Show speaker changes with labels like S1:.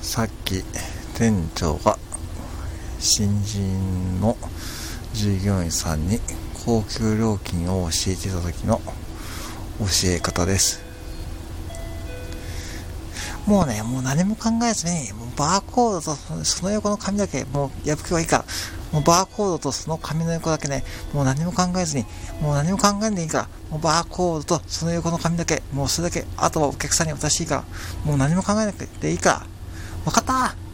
S1: さっき店長が新人の従業員さんに高級料金を教えていた時の教え方です。もう何も考えずに、もうバーコードとその横の紙だけもう破けばいいから、もうバーコードとその紙の横だけね、もう何も考えずに、もう何も考えんでいいから、もうバーコードとその横の紙だけ、もうそれだけ、あとはお客さんに渡していいから、もう何も考えなくていいから、わかった